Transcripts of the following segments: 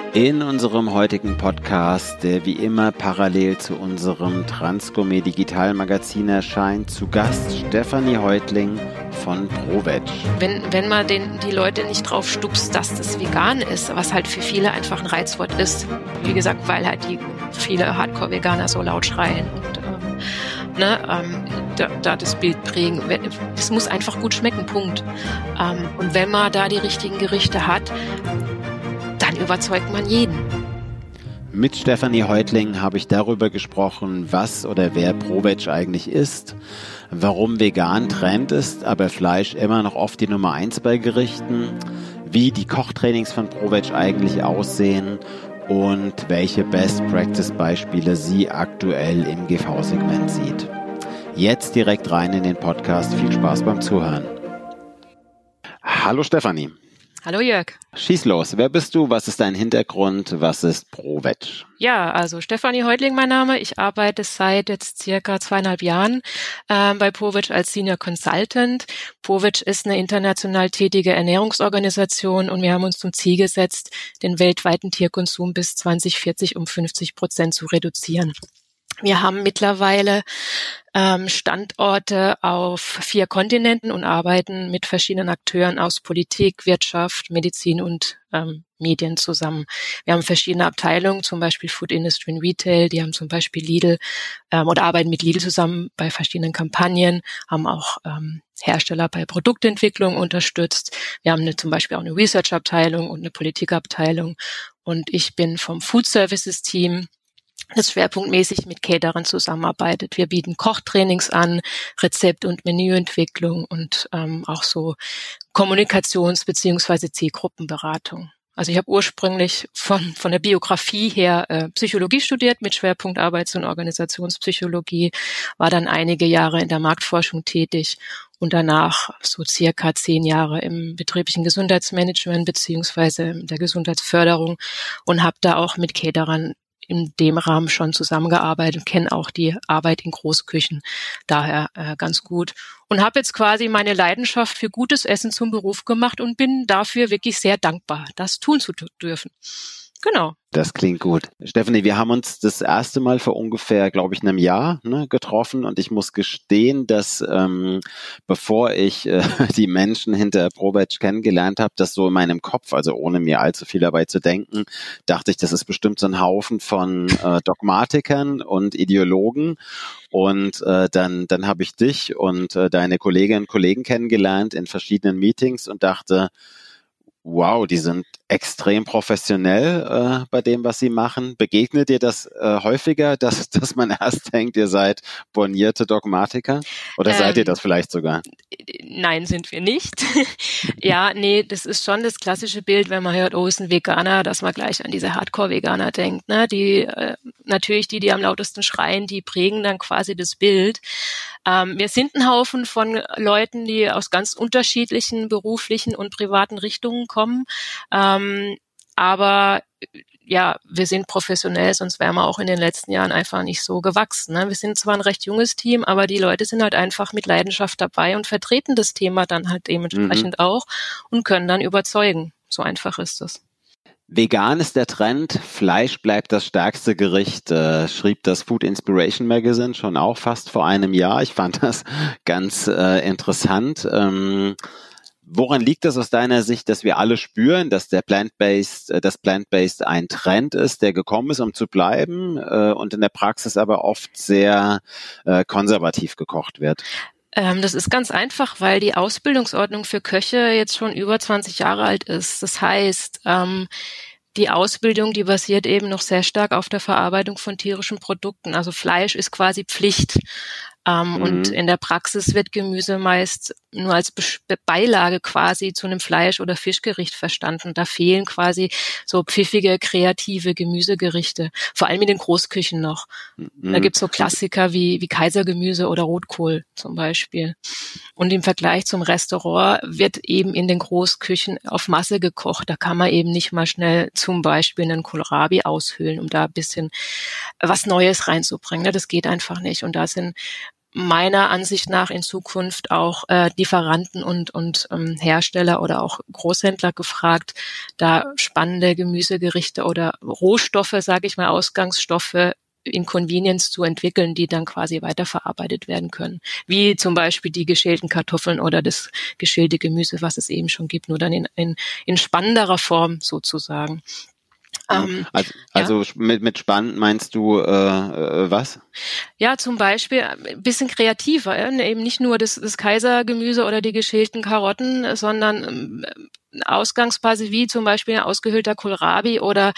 In unserem heutigen Podcast, der wie immer parallel zu unserem Transgourmet Digitalmagazin erscheint, zu Gast Stefanie Heutling von ProVeg. Wenn man die Leute nicht drauf stupst, dass das vegan ist, was halt für viele einfach ein Reizwort ist, wie gesagt, weil halt viele Hardcore-Veganer so laut schreien und da das Bild prägen. Es muss einfach gut schmecken, Punkt. Und wenn man da die richtigen Gerichte hat, dann überzeugt man jeden. Mit Stefanie Heutling habe ich darüber gesprochen, was oder wer ProVeg eigentlich ist, warum vegan Trend ist, aber Fleisch immer noch oft die Nummer 1 bei Gerichten, wie die Kochtrainings von ProVeg eigentlich aussehen und welche Best-Practice-Beispiele sie aktuell im GV-Segment sieht. Jetzt direkt rein in den Podcast. Viel Spaß beim Zuhören. Hallo Stefanie. Hallo Jörg. Schieß los. Wer bist du? Was ist dein Hintergrund? Was ist ProVeg? Ja, also Stefanie Heutling mein Name. Ich arbeite seit jetzt circa 2,5 Jahren bei ProVeg als Senior Consultant. ProVeg ist eine international tätige Ernährungsorganisation und wir haben uns zum Ziel gesetzt, den weltweiten Tierkonsum bis 2040 um 50% zu reduzieren. Wir haben mittlerweile Standorte auf 4 Kontinenten und arbeiten mit verschiedenen Akteuren aus Politik, Wirtschaft, Medizin und Medien zusammen. Wir haben verschiedene Abteilungen, zum Beispiel Food Industry und Retail, die haben zum Beispiel Lidl oder arbeiten mit Lidl zusammen bei verschiedenen Kampagnen, haben auch Hersteller bei Produktentwicklung unterstützt. Wir haben zum Beispiel auch eine Research-Abteilung und eine Politikabteilung und ich bin vom Food Services Team, das schwerpunktmäßig mit Caterern zusammenarbeitet. Wir bieten Kochtrainings an, Rezept- und Menüentwicklung und auch so Kommunikations- bzw. Zielgruppenberatung. Also ich habe ursprünglich von der Biografie her Psychologie studiert mit Schwerpunkt Arbeits- und Organisationspsychologie, war dann einige Jahre in der Marktforschung tätig und danach so circa 10 Jahre im betrieblichen Gesundheitsmanagement beziehungsweise in der Gesundheitsförderung und habe da auch mit Caterern in dem Rahmen schon zusammengearbeitet, kenne auch die Arbeit in Großküchen daher ganz gut und habe jetzt quasi meine Leidenschaft für gutes Essen zum Beruf gemacht und bin dafür wirklich sehr dankbar, das tun zu dürfen. Genau. Das klingt gut. Stefanie, wir haben uns das erste Mal vor ungefähr, glaube ich, einem Jahr getroffen und ich muss gestehen, dass bevor ich die Menschen hinter ProVeg kennengelernt habe, das so in meinem Kopf, also ohne mir allzu viel dabei zu denken, dachte ich, das ist bestimmt so ein Haufen von Dogmatikern und Ideologen und dann habe ich dich und deine Kolleginnen und Kollegen kennengelernt in verschiedenen Meetings und dachte, wow, die sind extrem professionell bei dem, was sie machen. Begegnet dir das häufiger, dass man erst denkt, ihr seid bornierte Dogmatiker? Oder seid ihr das vielleicht sogar? Nein, sind wir nicht. Ja, nee, das ist schon das klassische Bild, wenn man hört, oh, ist ein Veganer, dass man gleich an diese Hardcore-Veganer denkt. Ne? Die natürlich die am lautesten schreien, die prägen dann quasi das Bild. Wir sind ein Haufen von Leuten, die aus ganz unterschiedlichen beruflichen und privaten Richtungen kommen. Aber ja, wir sind professionell, sonst wären wir auch in den letzten Jahren einfach nicht so gewachsen. Ne? Wir sind zwar ein recht junges Team, aber die Leute sind halt einfach mit Leidenschaft dabei und vertreten das Thema dann halt dementsprechend auch und können dann überzeugen. So einfach ist es. Vegan ist der Trend, Fleisch bleibt das stärkste Gericht, schrieb das Food Inspiration Magazine schon auch fast vor einem Jahr. Ich fand das ganz interessant. Woran liegt das aus deiner Sicht, dass wir alle spüren, dass das Plant-Based ein Trend ist, der gekommen ist, um zu bleiben und in der Praxis aber oft sehr konservativ gekocht wird? Das ist ganz einfach, weil die Ausbildungsordnung für Köche jetzt schon über 20 Jahre alt ist. Das heißt, die Ausbildung, die basiert eben noch sehr stark auf der Verarbeitung von tierischen Produkten. Also Fleisch ist quasi Pflicht. Und in der Praxis wird Gemüse meist nur als Beilage quasi zu einem Fleisch- oder Fischgericht verstanden. Da fehlen quasi so pfiffige, kreative Gemüsegerichte, vor allem in den Großküchen noch. Da gibt's so Klassiker wie Kaisergemüse oder Rotkohl zum Beispiel. Und im Vergleich zum Restaurant wird eben in den Großküchen auf Masse gekocht. Da kann man eben nicht mal schnell zum Beispiel einen Kohlrabi aushöhlen, um da ein bisschen was Neues reinzubringen. Das geht einfach nicht. Und da sind meiner Ansicht nach in Zukunft auch Lieferanten und Hersteller oder auch Großhändler gefragt, da spannende Gemüsegerichte oder Rohstoffe, sage ich mal, Ausgangsstoffe in Convenience zu entwickeln, die dann quasi weiterverarbeitet werden können. Wie zum Beispiel die geschälten Kartoffeln oder das geschälte Gemüse, was es eben schon gibt, nur dann in spannenderer Form sozusagen. Also mit spannend meinst du was? Ja, zum Beispiel ein bisschen kreativer, eben nicht nur das Kaisergemüse oder die geschälten Karotten, sondern Ausgangsbasis wie zum Beispiel ein ausgehöhlter Kohlrabi oder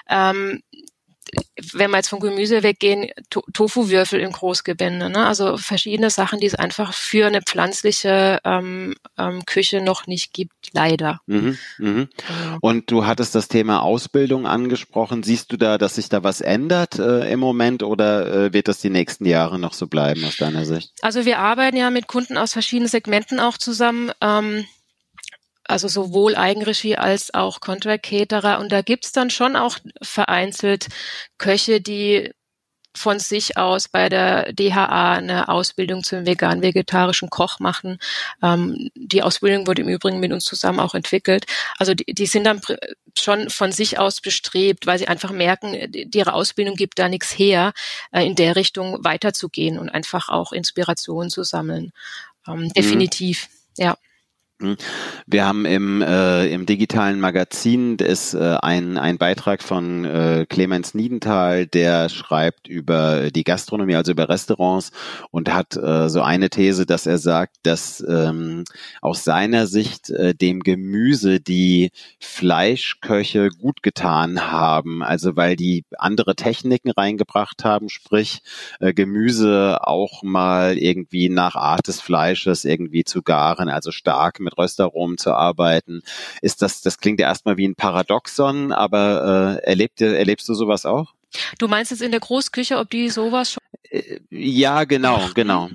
wenn wir jetzt vom Gemüse weggehen, Tofu-Würfel im Großgebinde, ne? Also verschiedene Sachen, die es einfach für eine pflanzliche Küche noch nicht gibt, leider. Und du hattest das Thema Ausbildung angesprochen. Siehst du da, dass sich da was ändert im Moment oder wird das die nächsten Jahre noch so bleiben aus deiner Sicht? Also wir arbeiten ja mit Kunden aus verschiedenen Segmenten auch zusammen. Also sowohl Eigenregie als auch Contract Caterer. Und da gibt's dann schon auch vereinzelt Köche, die von sich aus bei der DHA eine Ausbildung zum vegan-vegetarischen Koch machen. Die Ausbildung wurde im Übrigen mit uns zusammen auch entwickelt. Also die sind dann schon von sich aus bestrebt, weil sie einfach merken, ihre Ausbildung gibt da nichts her, in der Richtung weiterzugehen und einfach auch Inspiration zu sammeln. Definitiv, ja. Wir haben im digitalen Magazin ist ein Beitrag von Clemens Niedenthal, der schreibt über die Gastronomie, also über Restaurants und hat so eine These, dass er sagt, dass aus seiner Sicht dem Gemüse die Fleischköche gut getan haben, also weil die andere Techniken reingebracht haben, sprich Gemüse auch mal irgendwie nach Art des Fleisches irgendwie zu garen, also stark mit Röstaromen zu arbeiten. Das klingt ja erstmal wie ein Paradoxon, aber erlebst du sowas auch? Du meinst jetzt in der Großküche, ob die sowas schon? Ja, genau.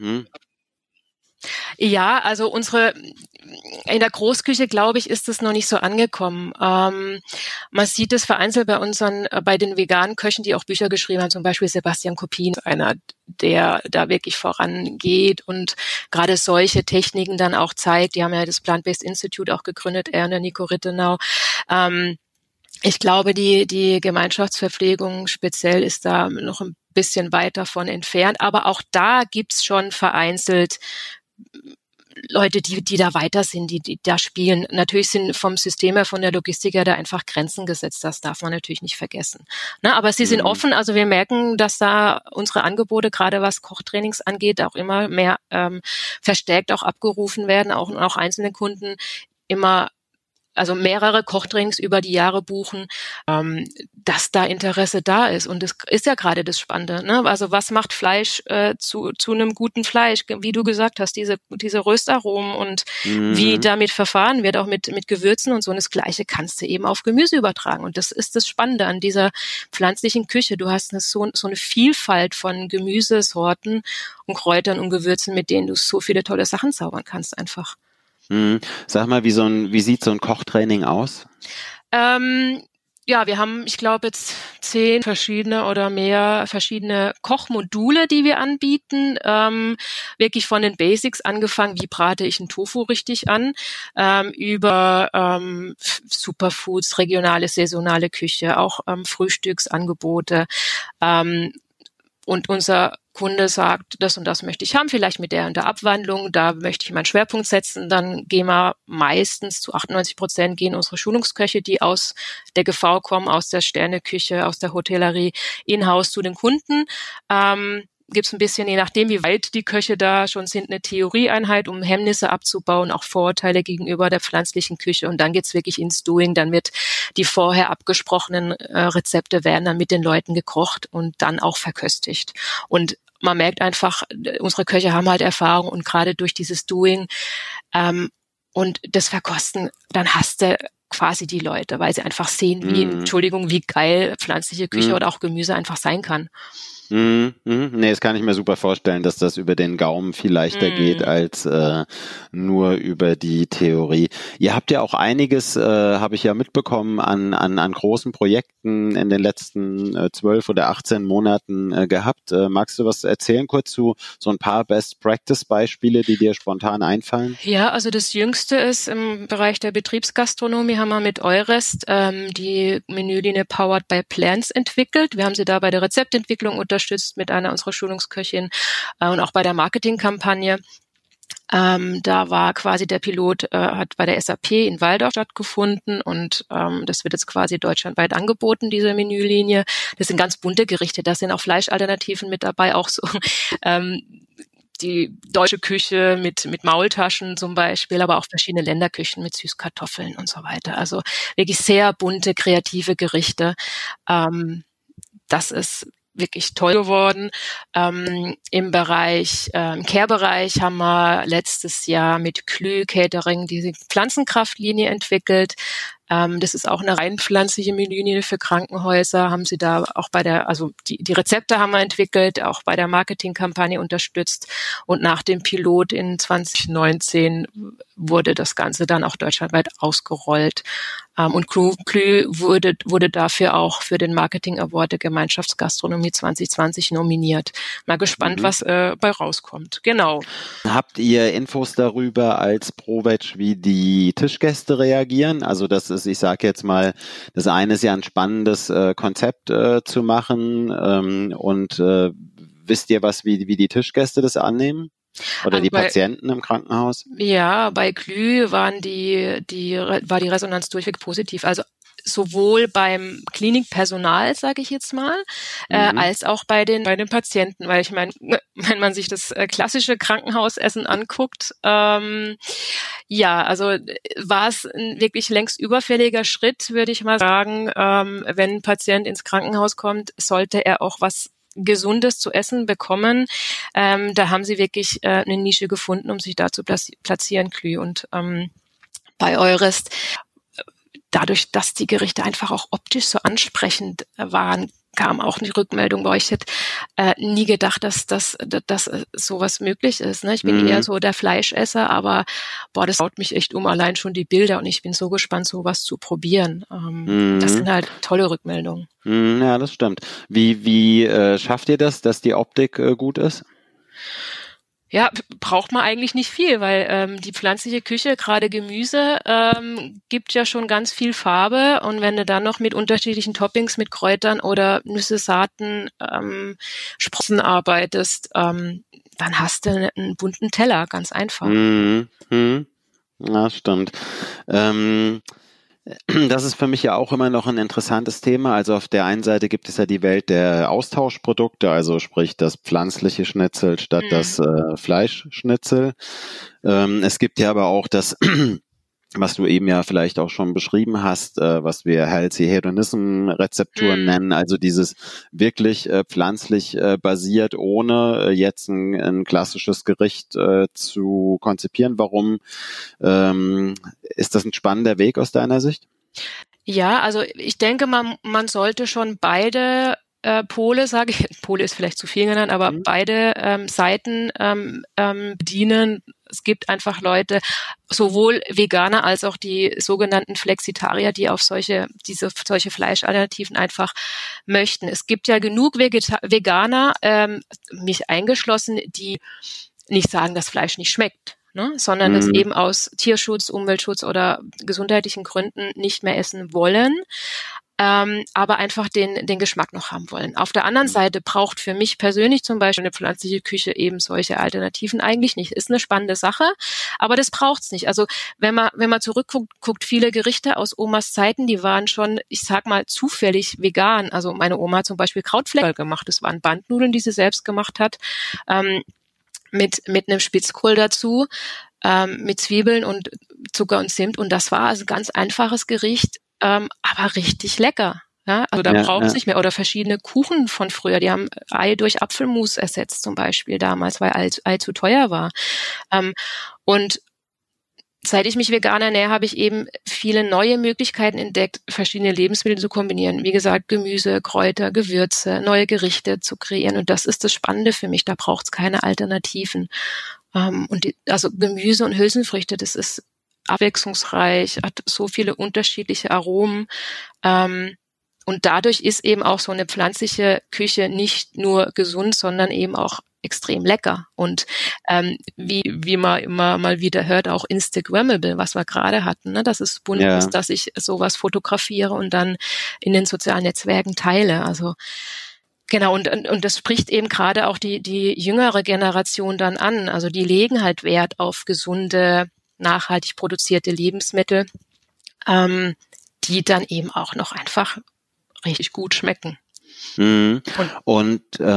Ja, also in der Großküche, glaube ich, ist es noch nicht so angekommen. Man sieht es vereinzelt bei den veganen Köchen, die auch Bücher geschrieben haben, zum Beispiel Sebastian Kopin, einer, der da wirklich vorangeht und gerade solche Techniken dann auch zeigt. Die haben ja das Plant-Based Institute auch gegründet, er und der Nico Rittenau. Ich glaube, die Gemeinschaftsverpflegung speziell ist da noch ein bisschen weit davon entfernt, aber auch da gibt's schon vereinzelt Leute, die da weiter sind, die da spielen. Natürlich sind vom System her, von der Logistik her da einfach Grenzen gesetzt. Das darf man natürlich nicht vergessen. Ne, aber sie sind offen. Also wir merken, dass da unsere Angebote, gerade was Kochtrainings angeht, auch immer mehr verstärkt auch abgerufen werden. Auch einzelne Kunden immer also mehrere Kochtrainings über die Jahre buchen, dass da Interesse da ist. Und das ist ja gerade das Spannende, ne? Also was macht Fleisch zu einem guten Fleisch? Wie du gesagt hast, diese Röstaromen und wie damit verfahren wird, auch mit Gewürzen und so. Und das Gleiche kannst du eben auf Gemüse übertragen. Und das ist das Spannende an dieser pflanzlichen Küche. Du hast so eine Vielfalt von Gemüsesorten und Kräutern und Gewürzen, mit denen du so viele tolle Sachen zaubern kannst einfach. Sag mal, wie sieht so ein Kochtraining aus? Ja, wir haben, ich glaube, jetzt 10 verschiedene oder mehr verschiedene Kochmodule, die wir anbieten. Wirklich von den Basics angefangen, wie brate ich einen Tofu richtig an, über Superfoods, regionale, saisonale Küche, auch Frühstücksangebote. Und unser Kunde sagt, das und das möchte ich haben, vielleicht mit der und der Abwandlung, da möchte ich meinen Schwerpunkt setzen, dann gehen wir meistens zu 98% gehen unsere Schulungsköche, die aus der GV kommen, aus der Sterneküche, aus der Hotellerie, in-house zu den Kunden. Gibt es ein bisschen, je nachdem, wie weit die Köche da schon sind, eine Theorieeinheit, um Hemmnisse abzubauen, auch Vorurteile gegenüber der pflanzlichen Küche. Und dann geht's wirklich ins Doing. Dann wird die vorher abgesprochenen Rezepte werden dann mit den Leuten gekocht und dann auch verköstigt. Und man merkt einfach, unsere Köche haben halt Erfahrung und gerade durch dieses Doing und das Verkosten, dann hast du quasi die Leute, weil sie einfach sehen, wie geil pflanzliche Küche oder auch Gemüse einfach sein kann. Nee, das kann ich mir super vorstellen, dass das über den Gaumen viel leichter geht als nur über die Theorie. Ihr habt ja auch einiges, habe ich ja mitbekommen, an großen Projekten in den letzten 12 oder 18 Monaten gehabt. Magst du was erzählen kurz zu so ein paar Best-Practice-Beispiele, die dir spontan einfallen? Ja, also das Jüngste ist im Bereich der Betriebsgastronomie haben wir mit Eurest die Menülinie Powered by Plants entwickelt. Wir haben sie da bei der Rezeptentwicklung unterstützt mit einer unserer Schulungsköchin und auch bei der Marketingkampagne. Da war quasi der Pilot, hat bei der SAP in Walldorf stattgefunden und das wird jetzt quasi deutschlandweit angeboten, diese Menülinie. Das sind ganz bunte Gerichte, da sind auch Fleischalternativen mit dabei, auch so die deutsche Küche mit Maultaschen zum Beispiel, aber auch verschiedene Länderküchen mit Süßkartoffeln und so weiter. Also wirklich sehr bunte, kreative Gerichte. Das ist wirklich toll geworden. Im Care-Bereich haben wir letztes Jahr mit Klü Catering diese Pflanzenkraftlinie entwickelt. Das ist auch eine rein pflanzliche Menülinie für Krankenhäuser. Haben sie da auch die Rezepte haben wir entwickelt, auch bei der Marketingkampagne unterstützt. Und nach dem Pilot in 2019 wurde das Ganze dann auch deutschlandweit ausgerollt. Und Klü wurde dafür auch für den Marketing Award der Gemeinschaftsgastronomie 2020 nominiert. Mal gespannt, was bei rauskommt. Genau. Habt ihr Infos darüber als ProVeg, wie die Tischgäste reagieren? Also das ist, ich sage jetzt mal, das eine ist ja ein spannendes Konzept zu machen und wisst ihr wie die Tischgäste das annehmen? Oder die Patienten im Krankenhaus? Ja, bei Klü war die Resonanz durchweg positiv. Also sowohl beim Klinikpersonal, sage ich jetzt mal, als auch bei den Patienten. Weil ich meine, wenn man sich das klassische Krankenhausessen anguckt, also war es ein wirklich längst überfälliger Schritt, würde ich mal sagen. Wenn ein Patient ins Krankenhaus kommt, sollte er auch was Gesundes zu essen bekommen. Da haben sie wirklich eine Nische gefunden, um sich da zu platzieren, Klü. Und bei Eurest, dadurch, dass die Gerichte einfach auch optisch so ansprechend waren, kam auch die Rückmeldung, ich hätte nie gedacht, dass sowas möglich ist. Ne? Ich bin eher so der Fleischesser, aber das haut mich echt allein schon die Bilder und ich bin so gespannt, sowas zu probieren. Das sind halt tolle Rückmeldungen. Ja, das stimmt. Wie schafft ihr das, dass die Optik gut ist? Ja, braucht man eigentlich nicht viel, weil die pflanzliche Küche, gerade Gemüse, gibt ja schon ganz viel Farbe und wenn du dann noch mit unterschiedlichen Toppings, mit Kräutern oder Nüsse, Saaten, Sprossen arbeitest, dann hast du einen bunten Teller, ganz einfach. Ja, stimmt. Das ist für mich ja auch immer noch ein interessantes Thema. Also auf der einen Seite gibt es ja die Welt der Austauschprodukte, also sprich das pflanzliche Schnitzel statt das Fleischschnitzel. Es gibt ja aber auch das, was du eben ja vielleicht auch schon beschrieben hast, was wir Healthy Hedonism Rezepturen nennen, also dieses wirklich pflanzlich basiert, ohne jetzt ein klassisches Gericht zu konzipieren. Warum ist das ein spannender Weg aus deiner Sicht? Ja, also ich denke, man sollte schon beide Pole, sage ich, Pole ist vielleicht zu viel genannt, aber beide Seiten bedienen. Es gibt einfach Leute, sowohl Veganer als auch die sogenannten Flexitarier, die auf solche Fleischalternativen einfach möchten. Es gibt ja genug Veganer, mich eingeschlossen, die nicht sagen, dass Fleisch nicht schmeckt, ne, sondern das eben aus Tierschutz, Umweltschutz oder gesundheitlichen Gründen nicht mehr essen wollen. Aber einfach den Geschmack noch haben wollen. Auf der anderen Seite braucht für mich persönlich zum Beispiel eine pflanzliche Küche eben solche Alternativen eigentlich nicht. Ist eine spannende Sache, aber das braucht's nicht. Also wenn man zurückguckt, viele Gerichte aus Omas Zeiten, die waren schon, ich sag mal, zufällig vegan. Also meine Oma hat zum Beispiel Krautfleckerl gemacht. Das waren Bandnudeln, die sie selbst gemacht hat, mit einem Spitzkohl dazu, mit Zwiebeln und Zucker und Zimt. Und das war also ein ganz einfaches Gericht, aber richtig lecker. Ja, also da braucht es nicht mehr. Oder verschiedene Kuchen von früher, die haben Ei durch Apfelmus ersetzt zum Beispiel damals, weil Ei zu teuer war. Und seit ich mich vegan ernähre, habe ich eben viele neue Möglichkeiten entdeckt, verschiedene Lebensmittel zu kombinieren. Wie gesagt, Gemüse, Kräuter, Gewürze, neue Gerichte zu kreieren. Und das ist das Spannende für mich. Da braucht es keine Alternativen. Also Gemüse und Hülsenfrüchte, das ist abwechslungsreich, hat so viele unterschiedliche Aromen. Und dadurch ist eben auch so eine pflanzliche Küche nicht nur gesund, sondern eben auch extrem lecker. Und wie man immer mal wieder hört, auch Instagrammable, was wir gerade hatten, ne? Dass es bunt ist, dass ich sowas fotografiere und dann in den sozialen Netzwerken teile. Also genau, und das spricht eben gerade auch die jüngere Generation dann an. Also die legen halt Wert auf gesunde, nachhaltig produzierte Lebensmittel, die dann eben auch noch einfach richtig gut schmecken. Und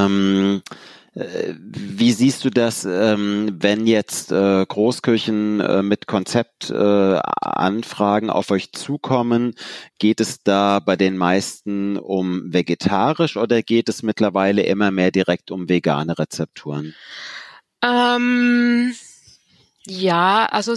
wie siehst du das, wenn jetzt Großküchen mit Konzeptanfragen auf euch zukommen? Geht es da bei den meisten um vegetarisch oder geht es mittlerweile immer mehr direkt um vegane Rezepturen? Ja, also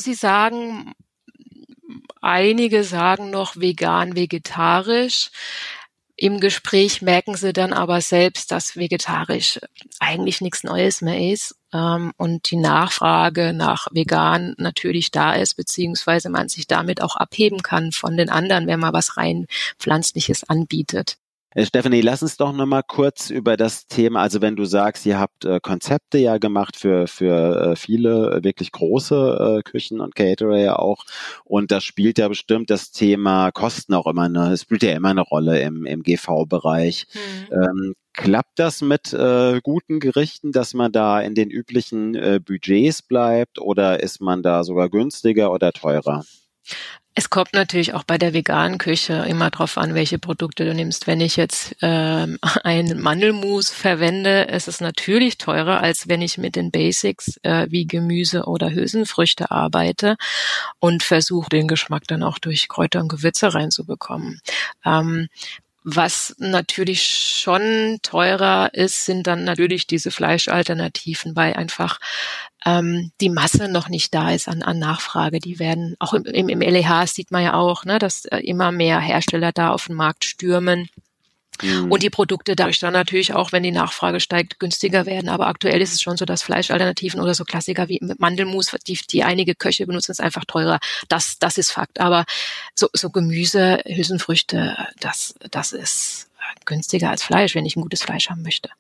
einige sagen noch vegan, vegetarisch. Im Gespräch merken sie dann aber selbst, dass vegetarisch eigentlich nichts Neues mehr ist und die Nachfrage nach vegan natürlich da ist, beziehungsweise man sich damit auch abheben kann von den anderen, wenn man was rein Pflanzliches anbietet. Stephanie, lass uns doch nochmal kurz über das Thema, also wenn du sagst, ihr habt Konzepte ja gemacht für viele wirklich große Küchen und Caterer ja auch, und da spielt ja bestimmt das Thema Kosten auch immer es spielt ja immer eine Rolle im GV-Bereich. Klappt das mit guten Gerichten, dass man da in den üblichen Budgets bleibt, oder ist man da sogar günstiger oder teurer? Es kommt natürlich auch bei der veganen Küche immer drauf an, welche Produkte du nimmst. Wenn ich jetzt ein Mandelmus verwende, ist es natürlich teurer, als wenn ich mit den Basics wie Gemüse oder Hülsenfrüchte arbeite und versuche, den Geschmack dann auch durch Kräuter und Gewürze reinzubekommen. Was natürlich schon teurer ist, sind dann natürlich diese Fleischalternativen, weil einfach die Masse noch nicht da ist an Nachfrage. Die werden auch im LEH sieht man ja auch, ne, dass immer mehr Hersteller da auf den Markt stürmen. Und die Produkte dadurch dann natürlich auch, wenn die Nachfrage steigt, günstiger werden. Aber aktuell ist es schon so, dass Fleischalternativen oder so Klassiker wie Mandelmus, die einige Köche benutzen, ist einfach teurer. Das ist Fakt. Aber so Gemüse, Hülsenfrüchte, das ist günstiger als Fleisch, wenn ich ein gutes Fleisch haben möchte.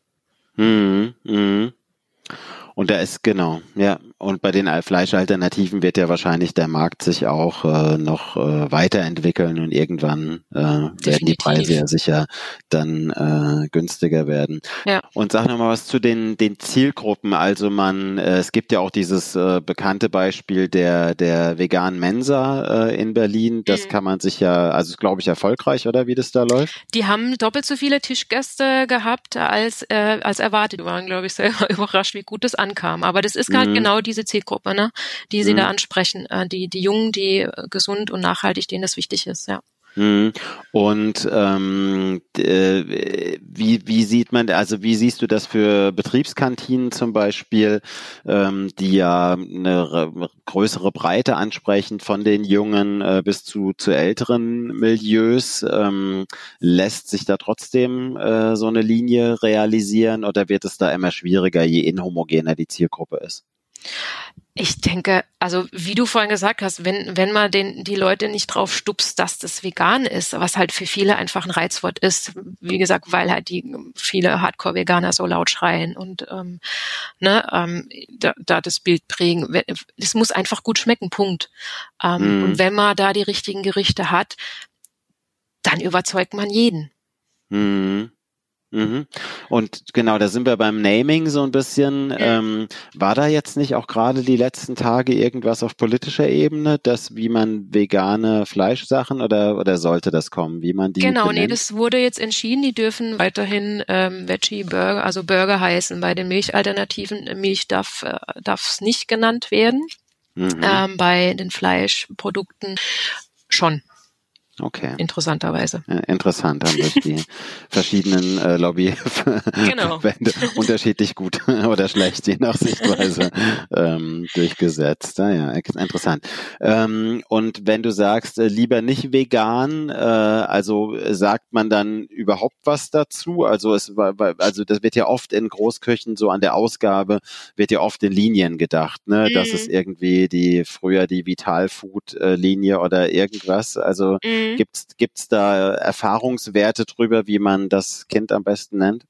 Und da ist, genau, ja. Und bei den Fleischalternativen wird ja wahrscheinlich der Markt sich auch noch weiterentwickeln und irgendwann werden die Preise ja sicher dann günstiger werden. Ja. Und sag nochmal was zu den Zielgruppen. Also es gibt ja auch dieses bekannte Beispiel der veganen Mensa in Berlin. Das kann man sich ja, also ist, glaube ich, erfolgreich, oder wie das da läuft? Die haben doppelt so viele Tischgäste gehabt als erwartet. Die waren, glaube ich, selber überrascht, wie gut das ankam. Aber das ist halt genau diese Zielgruppe, ne, die sie da ansprechen. Die Jungen, die gesund und nachhaltig, denen das wichtig ist, ja. Und wie sieht man, also wie siehst du das für Betriebskantinen zum Beispiel, die ja eine größere Breite ansprechen von den jungen bis zu älteren Milieus? Lässt sich da trotzdem so eine Linie realisieren, oder wird es da immer schwieriger, je inhomogener die Zielgruppe ist? Ich denke, also wie du vorhin gesagt hast, wenn man die Leute nicht drauf stupst, dass das vegan ist, was halt für viele einfach ein Reizwort ist, wie gesagt, weil halt viele Hardcore-Veganer so laut schreien und da das Bild prägen. Es muss einfach gut schmecken, Punkt. Und wenn man da die richtigen Gerichte hat, dann überzeugt man jeden. Und genau, da sind wir beim Naming so ein bisschen. War da jetzt nicht auch gerade die letzten Tage irgendwas auf politischer Ebene, wie man vegane Fleischsachen oder sollte das kommen, wie man die benennt? Nee, das wurde jetzt entschieden. Die dürfen weiterhin Veggie Burger, also Burger heißen. Bei den Milchalternativen, Milch darf es nicht genannt werden. Bei den Fleischprodukten schon. Okay. Interessanterweise. Ja, interessant, haben sich die verschiedenen Lobbyverbände unterschiedlich gut oder schlecht, je nach Sichtweise, durchgesetzt. Ja, interessant. Und wenn du sagst, lieber nicht vegan, also sagt man dann überhaupt was dazu? Also also das wird ja oft in Großküchen so an der Ausgabe, wird ja oft in Linien gedacht, ne? Das ist irgendwie früher die Vitalfood-Linie oder irgendwas. Also gibt's da Erfahrungswerte drüber, wie man das Kind am besten nennt?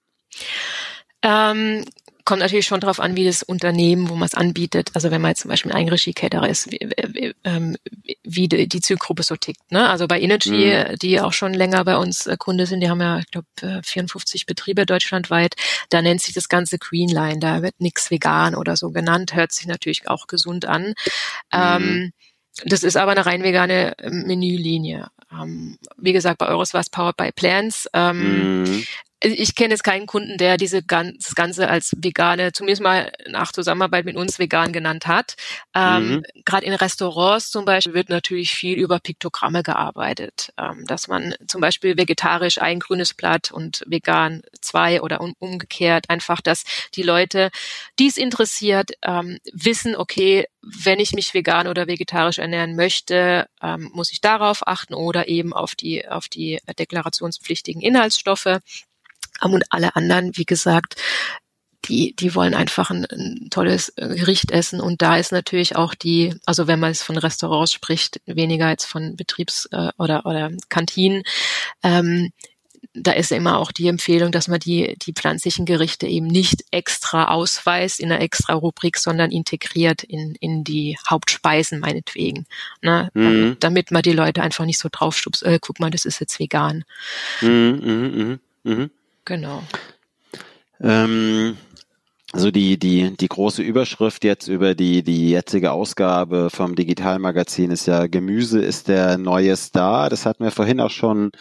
Kommt natürlich schon darauf an, wie das Unternehmen, wo man es anbietet, also wenn man jetzt zum Beispiel ein Eigenregie-Caterer ist, wie die Zielgruppe so tickt. Ne? Also bei Innergy, die auch schon länger bei uns Kunde sind, die haben ja, ich glaube, 54 Betriebe deutschlandweit, da nennt sich das Ganze Greenline, da wird nichts vegan oder so genannt, hört sich natürlich auch gesund an. Das ist aber eine rein vegane Menülinie. Wie gesagt, bei Euros war es Powered by Plants. Ich kenne jetzt keinen Kunden, der das Ganze als vegane, zumindest mal nach Zusammenarbeit mit uns vegan genannt hat. Gerade in Restaurants zum Beispiel wird natürlich viel über Piktogramme gearbeitet, dass man zum Beispiel vegetarisch ein grünes Blatt und vegan 2 oder umgekehrt, einfach, dass die Leute, die es interessiert, wissen, okay, wenn ich mich vegan oder vegetarisch ernähren möchte, muss ich darauf achten oder eben auf die deklarationspflichtigen Inhaltsstoffe. Und alle anderen, wie gesagt, die wollen einfach ein tolles Gericht essen. Und da ist natürlich auch also wenn man es von Restaurants spricht, weniger jetzt von Betriebs- oder Kantinen, da ist immer auch die Empfehlung, dass man die pflanzlichen Gerichte eben nicht extra ausweist in einer extra Rubrik, sondern integriert in die Hauptspeisen meinetwegen. Ne? Damit man die Leute einfach nicht so draufstupst, guck mal, das ist jetzt vegan. Genau. Also die große Überschrift jetzt über die jetzige Ausgabe vom Digitalmagazin ist ja: Gemüse ist der neue Star. Das hatten wir vorhin auch schon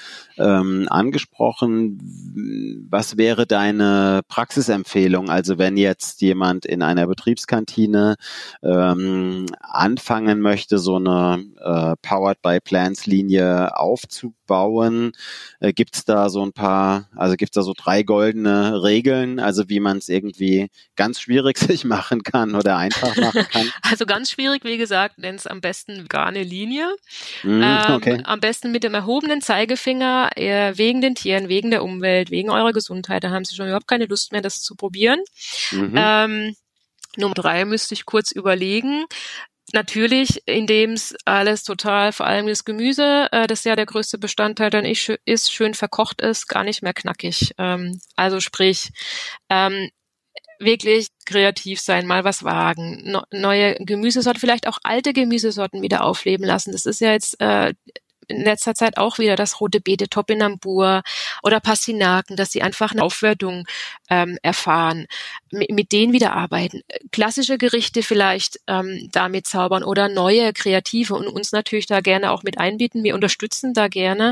angesprochen. Was wäre deine Praxisempfehlung? Also wenn jetzt jemand in einer Betriebskantine anfangen möchte, so eine Powered by Plants Linie aufzubauen, gibt's da so 3 goldene Regeln, also wie man es irgendwie ganz schwierig sich machen kann oder einfach machen kann? Also ganz schwierig, wie gesagt, nenn es am besten vegane Linie. Okay. Am besten mit dem erhobenen Zeigefinger, wegen den Tieren, wegen der Umwelt, wegen eurer Gesundheit. Da haben sie schon überhaupt keine Lust mehr, das zu probieren. Nummer 3 müsste ich kurz überlegen. Natürlich, indem es alles total, vor allem das Gemüse, das ja der größte Bestandteil dann ist, schön verkocht ist, gar nicht mehr knackig. Also sprich, wirklich kreativ sein, mal was wagen, neue Gemüsesorten, vielleicht auch alte Gemüsesorten wieder aufleben lassen. Das ist ja jetzt in letzter Zeit auch wieder das rote Beete, Topinambur oder Pastinaken, dass sie einfach eine Aufwertung erfahren, mit denen wieder arbeiten. Klassische Gerichte vielleicht damit zaubern oder neue, kreative und uns natürlich da gerne auch mit einbieten. Wir unterstützen da gerne.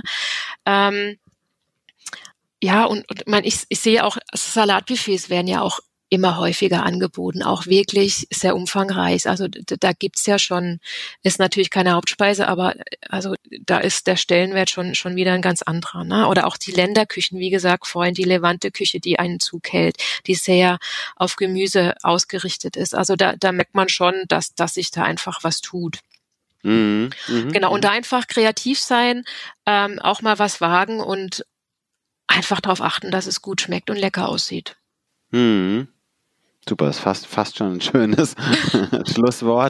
Ich sehe auch, Salatbuffets werden ja auch immer häufiger angeboten, auch wirklich sehr umfangreich. Also da gibt's ja schon, ist natürlich keine Hauptspeise, aber also da ist der Stellenwert schon wieder ein ganz anderer. Ne? Oder auch die Länderküchen, wie gesagt, vorhin die Levante-Küche, die einen Zug hält, die sehr auf Gemüse ausgerichtet ist. Also da merkt man schon, dass sich da einfach was tut. Genau, und da einfach kreativ sein, auch mal was wagen und einfach darauf achten, dass es gut schmeckt und lecker aussieht. Super, ist fast schon ein schönes Schlusswort.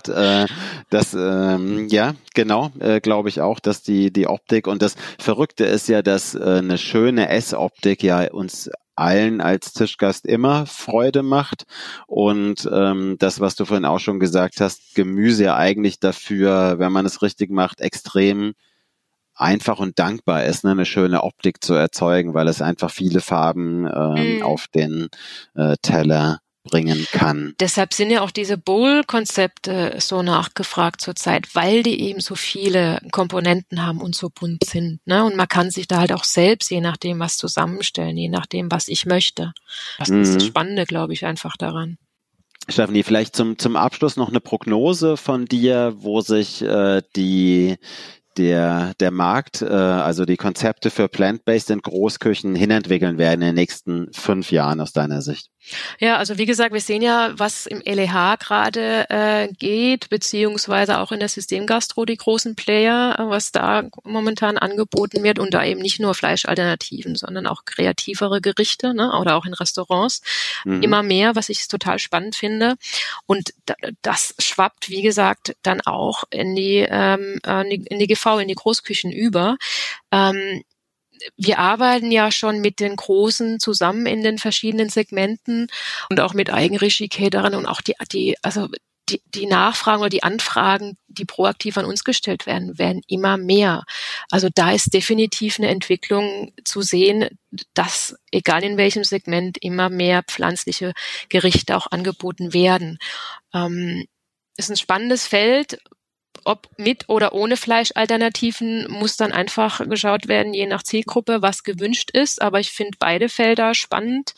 Glaube ich auch, dass die Optik, und das Verrückte ist ja, dass eine schöne Essoptik ja uns allen als Tischgast immer Freude macht, und das, was du vorhin auch schon gesagt hast, Gemüse ja eigentlich dafür, wenn man es richtig macht, extrem einfach und dankbar ist, ne, eine schöne Optik zu erzeugen, weil es einfach viele Farben auf den Teller bringen kann. Deshalb sind ja auch diese Bowl-Konzepte so nachgefragt zurzeit, weil die eben so viele Komponenten haben und so bunt sind. Ne? Und man kann sich da halt auch selbst, je nachdem, was zusammenstellen, je nachdem, was ich möchte. Das ist das Spannende, glaube ich, einfach daran. Stephanie, vielleicht zum Abschluss noch eine Prognose von dir, wo sich die der Markt, also die Konzepte für Plant-Based in Großküchen hinentwickeln werden in den nächsten 5 Jahren aus deiner Sicht? Ja, also wie gesagt, wir sehen ja, was im LEH gerade geht, beziehungsweise auch in der Systemgastro die großen Player, was da momentan angeboten wird und da eben nicht nur Fleischalternativen, sondern auch kreativere Gerichte, ne, oder auch in Restaurants. Immer mehr, was ich total spannend finde. Und das schwappt, wie gesagt, dann auch in die GV, in die Großküchen über. Wir arbeiten ja schon mit den Großen zusammen in den verschiedenen Segmenten und auch mit Eigenregie-Caterern und auch die Nachfragen oder die Anfragen, die proaktiv an uns gestellt werden immer mehr. Also da ist definitiv eine Entwicklung zu sehen, dass, egal in welchem Segment, immer mehr pflanzliche Gerichte auch angeboten werden. Ist ein spannendes Feld. Ob mit oder ohne Fleischalternativen muss dann einfach geschaut werden, je nach Zielgruppe, was gewünscht ist. Aber ich finde beide Felder spannend.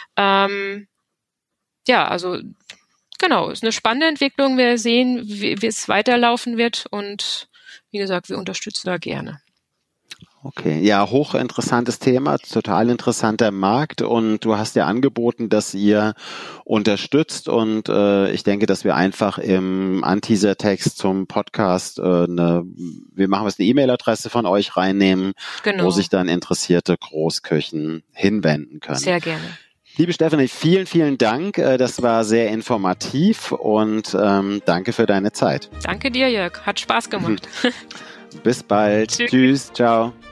Also genau, ist eine spannende Entwicklung. Wir sehen, wie es weiterlaufen wird und wie gesagt, wir unterstützen da gerne. Okay, ja, hochinteressantes Thema, total interessanter Markt und du hast ja angeboten, dass ihr unterstützt und ich denke, dass wir einfach im Anteaser-Text zum Podcast eine E-Mail-Adresse von euch reinnehmen, genau, wo sich dann interessierte Großküchen hinwenden können. Sehr gerne. Liebe Stefanie, vielen, vielen Dank. Das war sehr informativ und danke für deine Zeit. Danke dir, Jörg. Hat Spaß gemacht. Bis bald. Tschüss. Ciao.